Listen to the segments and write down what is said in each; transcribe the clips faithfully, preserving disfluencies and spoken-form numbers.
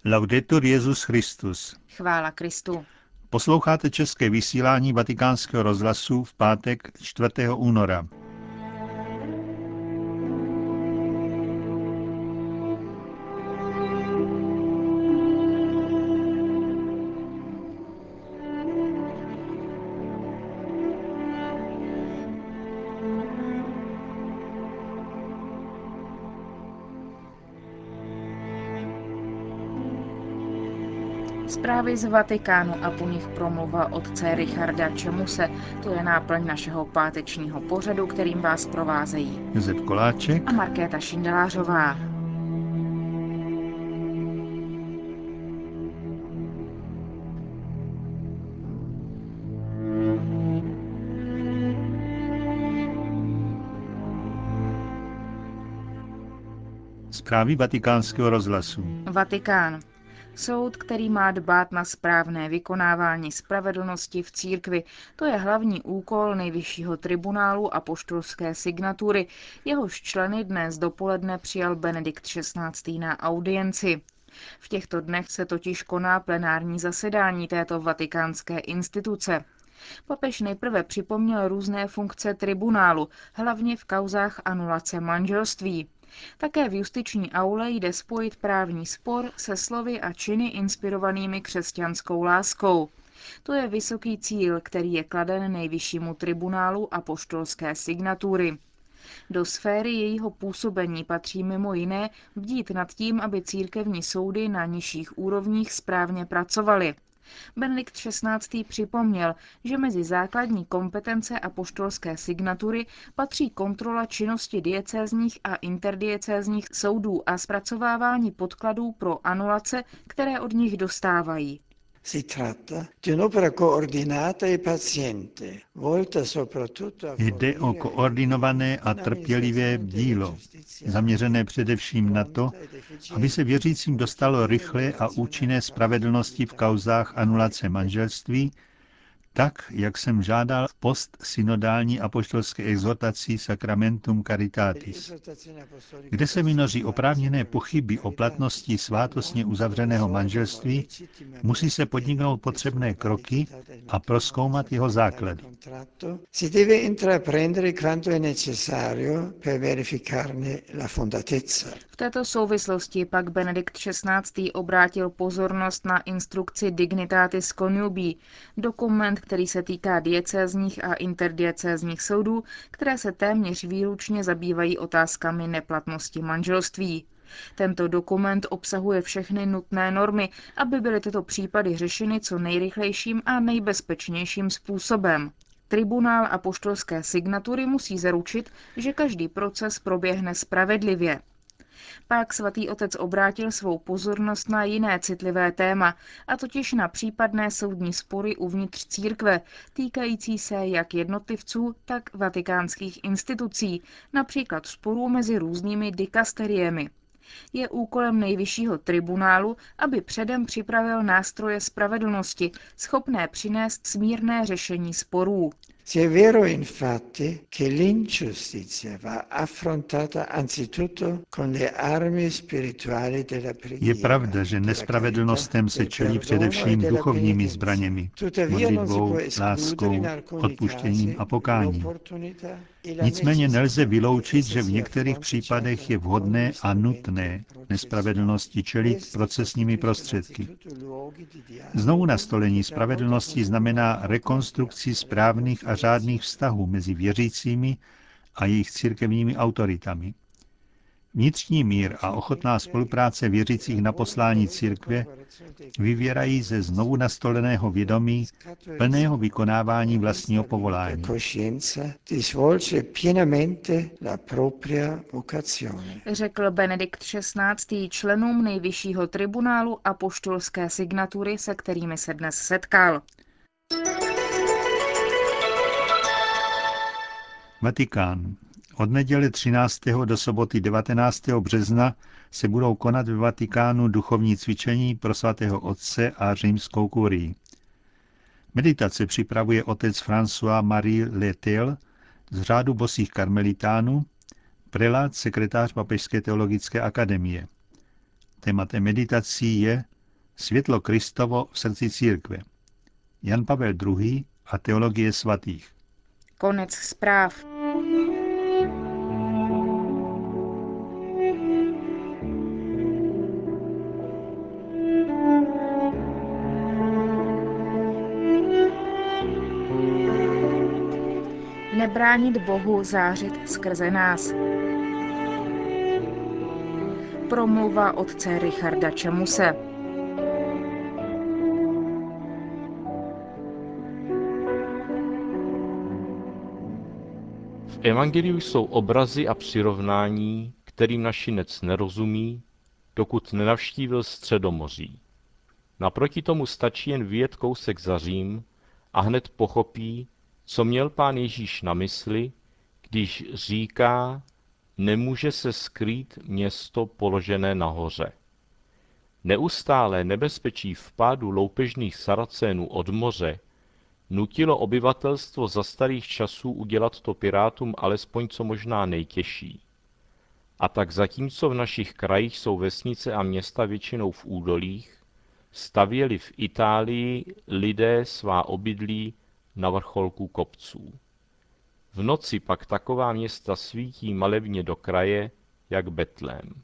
Laudetur Jesus Christus. Chvála Kristu. Posloucháte české vysílání Vatikánského rozhlasu v pátek čtvrtého února. Zprávy z Vatikánu a po nich promluva otce Richarda Čemuse. To je náplň našeho pátečního pořadu, kterým vás provázejí Josef Koláček a Markéta Šindelářová. Zprávy Vatikánského rozhlasu. Vatikán. Soud, který má dbát na správné vykonávání spravedlnosti v církvi, to je hlavní úkol Nejvyššího tribunálu apoštolské signatury, jehož členy dnes dopoledne přijal Benedikt šestnáctý na audienci. V těchto dnech se totiž koná plenární zasedání této vatikánské instituce. Papež nejprve připomněl různé funkce tribunálu, hlavně v kauzách anulace manželství. Také v justiční aule jde spojit právní spor se slovy a činy inspirovanými křesťanskou láskou. To je vysoký cíl, který je kladen Nejvyššímu tribunálu apoštolské signatury. Do sféry jejího působení patří mimo jiné bdít nad tím, aby církevní soudy na nižších úrovních správně pracovaly. Benedikt šestnáctý připomněl, že mezi základní kompetence apoštolské signatury patří kontrola činnosti diecézních a interdiecézních soudů a zpracovávání podkladů pro anulace, které od nich dostávají. Jde o koordinované a trpělivé dílo, zaměřené především na to, aby se věřícím dostalo rychlé a účinné spravedlnosti v kauzách anulace manželství, tak, jak jsem žádal v postsynodální apoštolské exhortaci Sacramentum Caritatis, kde se vynoří oprávněné pochyby o platnosti svátostně uzavřeného manželství, musí se podniknout potřebné kroky a prozkoumat jeho základy. V této souvislosti pak Benedikt šestnáctý obrátil pozornost na instrukci Dignitatis Connubii, dokument, který se týká diecézních a interdiecézních soudů, které se téměř výlučně zabývají otázkami neplatnosti manželství. Tento dokument obsahuje všechny nutné normy, aby byly tyto případy řešeny co nejrychlejším a nejbezpečnějším způsobem. Tribunál apoštolské signatury musí zaručit, že každý proces proběhne spravedlivě. Pak svatý otec obrátil svou pozornost na jiné citlivé téma, a totiž na případné soudní spory uvnitř církve, týkající se jak jednotlivců, tak vatikánských institucí, například sporů mezi různými dikasteriemi. Je úkolem Nejvyššího tribunálu, aby předem připravil nástroje spravedlnosti, schopné přinést smírné řešení sporů. Se è vero infatti che l'ingiustizia va affrontata anzitutto con le armi spirituali della preghiera. Je pravda, že nespravedlnostem se čelí především duchovními zbraněmi, modlitbou, láskou, odpuštěním a pokáním. Nicméně nelze vyloučit, že v některých případech je vhodné a nutné nespravedlnosti čelit procesními prostředky. Znovu nastolení spravedlnosti znamená rekonstrukci správných a řádných vztahů mezi věřícími a jejich církevními autoritami. Vnitřní mír a ochotná spolupráce věřících na poslání církve vyvěrají ze znovu nastoleného vědomí plného vykonávání vlastního povolání. Řekl Benedikt šestnáctý členům Nejvyššího tribunálu apoštolské signatury, se kterými se dnes setkal. Vatikán. Od neděle třináctého do soboty devatenáctého března se budou konat ve Vatikánu duchovní cvičení pro svatého otce a římskou kurii. Meditace připravuje otec François-Marie Letel z řádu bosých karmelitánů, prelát sekretář Papežské teologické akademie. Tématem meditací je Světlo Kristovo v srdci církve. Jan Pavel druhý. a teologie svatých. Konec zpráv. Nebránit Bohu zářit skrze nás. Promluva otce Richarda Čemuse. V evangeliu jsou obrazy a přirovnání, kterým našinec nerozumí, dokud nenavštívil Středomoří. Naproti tomu stačí jen vyjet kousek za Řím a hned pochopí, co měl Pán Ježíš na mysli, když říká, nemůže se skrýt město položené nahoře. Neustálé nebezpečí vpádu loupežných Saracénů od moře nutilo obyvatelstvo za starých časů udělat to pirátům alespoň co možná nejtěžší. A tak zatímco v našich krajích jsou vesnice a města většinou v údolích, stavěli v Itálii lidé svá obydlí na vrcholku kopců. V noci pak taková města svítí malebně do kraje, jak Betlém.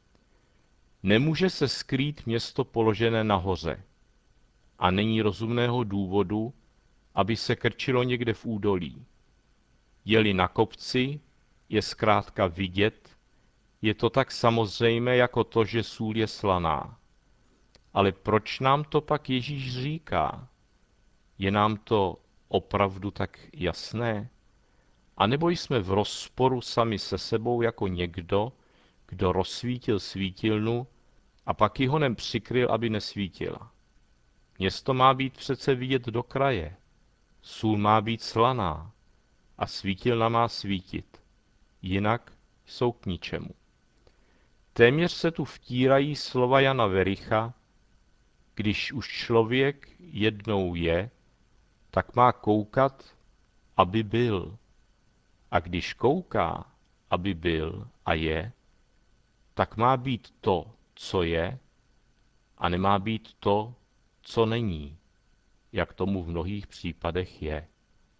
Nemůže se skrýt město položené nahoře a není rozumného důvodu, aby se krčilo někde v údolí. Je-li na kopci, je zkrátka vidět, je to tak samozřejmé jako to, že sůl je slaná. Ale proč nám to pak Ježíš říká? Je nám to opravdu tak jasné? A nebo jsme v rozporu sami se sebou jako někdo, kdo rozsvítil svítilnu a pak ji honem přikryl, aby nesvítila? Město má být přece vidět do kraje, sůl má být slaná a svítilna má svítit, jinak jsou k ničemu. Téměř se tu vtírají slova Jana Vericha, když už člověk jednou je, tak má koukat, aby byl. A když kouká, aby byl a je, tak má být to, co je, a nemá být to, co není, jak tomu v mnohých případech je.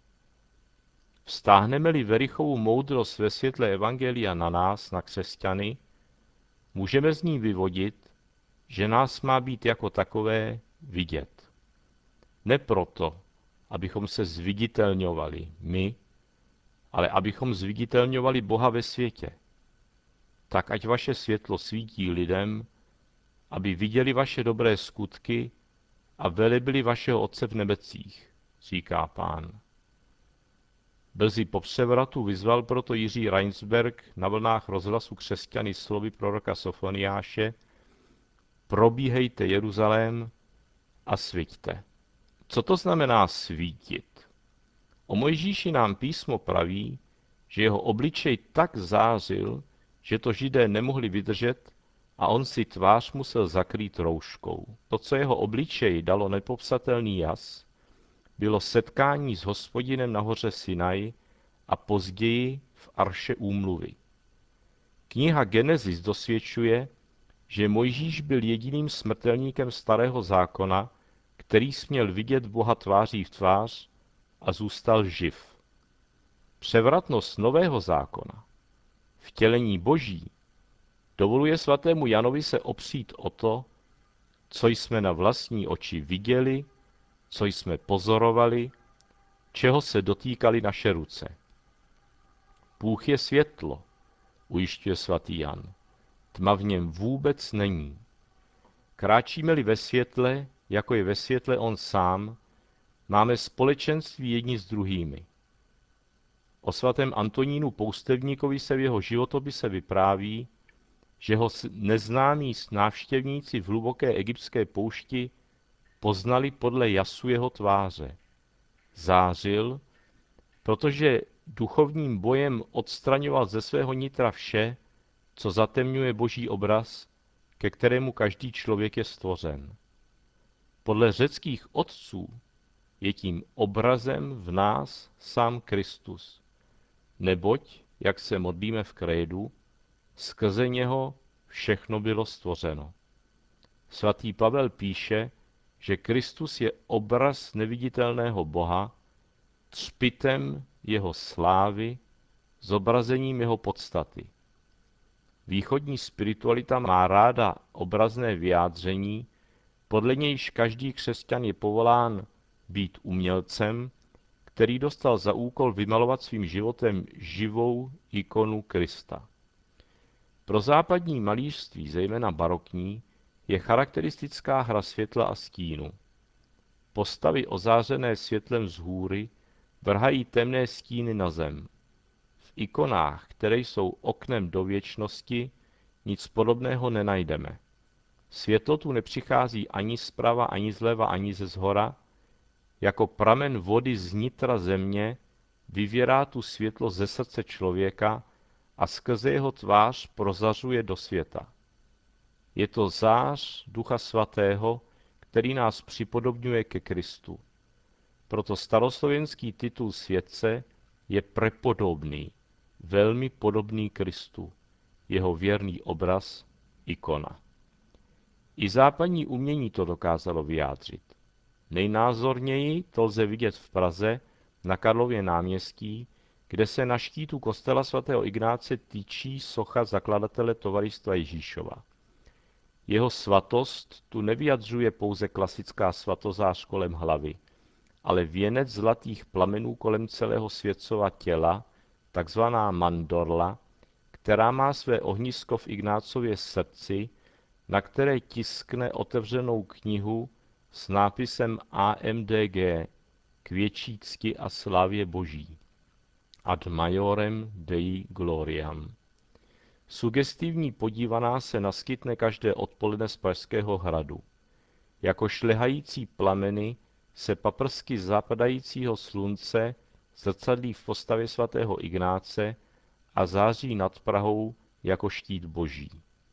Vztáhneme-li Verichovu moudrost ve světle evangelia na nás, na křesťany, můžeme z ní vyvodit, že nás má být jako takové vidět. Ne proto, abychom se zviditelňovali my, ale abychom zviditelňovali Boha ve světě. Tak ať vaše světlo svítí lidem, aby viděli vaše dobré skutky a velebili vašeho Otce v nebecích, říká Pán. Brzy po převratu vyzval proto Jiří Reinsberg na vlnách rozhlasu křesťany slovy proroka Sofoniáše: probíhejte Jeruzalém a sviťte. Co to znamená svítit? O Mojžíši nám písmo praví, že jeho obličej tak zářil, že to Židé nemohli vydržet a on si tvář musel zakrýt rouškou. To, co jeho obličej dalo nepopsatelný jas, bylo setkání s Hospodinem na hoře Sinaj a později v arše úmluvy. Kniha Genesis dosvědčuje, že Mojžíš byl jediným smrtelníkem starého zákona, který směl vidět Boha tváří v tvář a zůstal živ. Převratnost nového zákona, vtělení Boží, dovoluje svatému Janovi se opřít o to, co jsme na vlastní oči viděli, co jsme pozorovali, čeho se dotýkali naše ruce. Bůh je světlo, ujišťuje svatý Jan. Tma v něm vůbec není. Kráčíme-li ve světle, jako je ve světle on sám, máme společenství jedni s druhými. O svatém Antonínu Poustevníkovi se v jeho životopise vypráví, že ho neznámí návštěvníci v hluboké egyptské poušti poznali podle jasu jeho tváře. Zářil, protože duchovním bojem odstraňoval ze svého nitra vše, co zatemňuje Boží obraz, ke kterému každý člověk je stvořen. Podle řeckých otců je tím obrazem v nás sám Kristus. Neboť, jak se modlíme v krédu, skrze něho všechno bylo stvořeno. Svatý Pavel píše, že Kristus je obraz neviditelného Boha, třpitem jeho slávy, zobrazením jeho podstaty. Východní spiritualita má ráda obrazné vyjádření, podle nějž každý křesťan je povolán být umělcem, který dostal za úkol vymalovat svým životem živou ikonu Krista. Pro západní malířství, zejména barokní, je charakteristická hra světla a stínu. Postavy ozářené světlem vzhůry vrhají temné stíny na zem. V ikonách, které jsou oknem do věčnosti, nic podobného nenajdeme. Světlo tu nepřichází ani zprava, ani zleva, ani ze zhora. Jako pramen vody z nitra země vyvěrá tu světlo ze srdce člověka a skrze jeho tvář prozařuje do světa. Je to zář Ducha Svatého, který nás připodobňuje ke Kristu. Proto staroslovenský titul světce je prepodobný, velmi podobný Kristu, jeho věrný obraz, ikona. I západní umění to dokázalo vyjádřit. Nejnázorněji to lze vidět v Praze na Karlově náměstí, kde se na štítu kostela svatého Ignáce tyčí socha zakladatele Tovaristva Ježíšova. Jeho svatost tu nevyjadřuje pouze klasická svatozář kolem hlavy, ale věnec zlatých plamenů kolem celého světcova těla, takzvaná mandorla, která má své ohnisko v Ignácově srdci, na které tiskne otevřenou knihu s nápisem A M D G, k větší cti a slávě Boží. Ad majorem Dei gloriam. Sugestivní podívaná se naskytne každé odpoledne z Pražského hradu. Jako šlehající plameny se paprsky zapadajícího slunce zrcadlí v postavě svatého Ignáce a září nad Prahou jako štít Boží.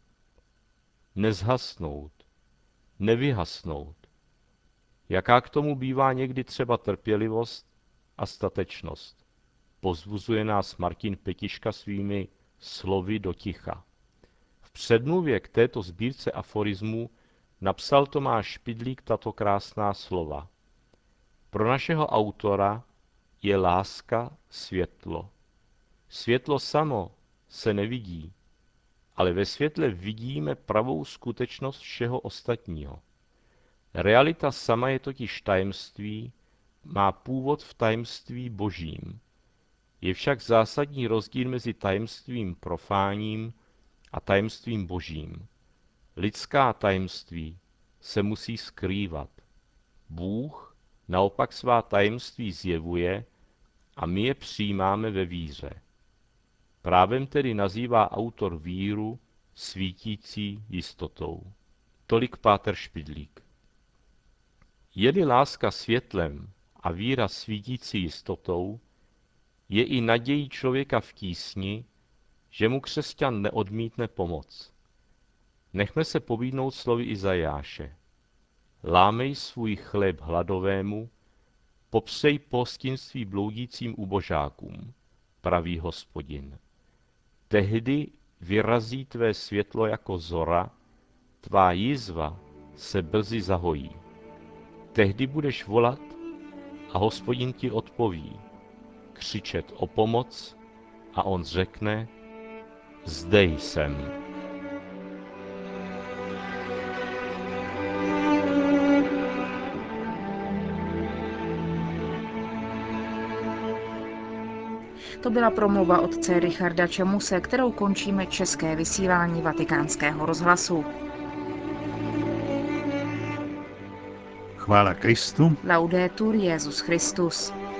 Nezhasnout, nevyhasnout. Jaká k tomu bývá někdy třeba trpělivost a statečnost. Pozbuzuje nás Martin Petiška svými slovy do ticha. V předmluvě k této sbírce aforismů napsal Tomáš Špidlík tato krásná slova. Pro našeho autora je láska světlo. Světlo samo se nevidí, ale ve světle vidíme pravou skutečnost všeho ostatního. Realita sama je totiž tajemství, má původ v tajemství Božím. Je však zásadní rozdíl mezi tajemstvím profánním a tajemstvím Božím. Lidská tajemství se musí skrývat. Bůh naopak svá tajemství zjevuje a my je přijímáme ve víře. Právem tedy nazývá autor víru svítící jistotou. Tolik páter Špidlík. Je-li láska světlem a víra svítící jistotou, je i nadějí člověka v tísni, že mu křesťan neodmítne pomoc. Nechme se pobídnout slovy Izajáše. Lámej svůj chléb hladovému, popřej pohostinství bloudícím ubožákům, praví Hospodin. Tehdy vyrazí tvé světlo jako zora, tvá jizva se brzy zahojí. Tehdy budeš volat a Hospodin ti odpoví, křičet o pomoc a on řekne, zde jsem. To byla promluva otce Richarda Čemuse, kterou končíme české vysílání Vatikánského rozhlasu. Chvála Kristu. Laudetur Jesus Christus.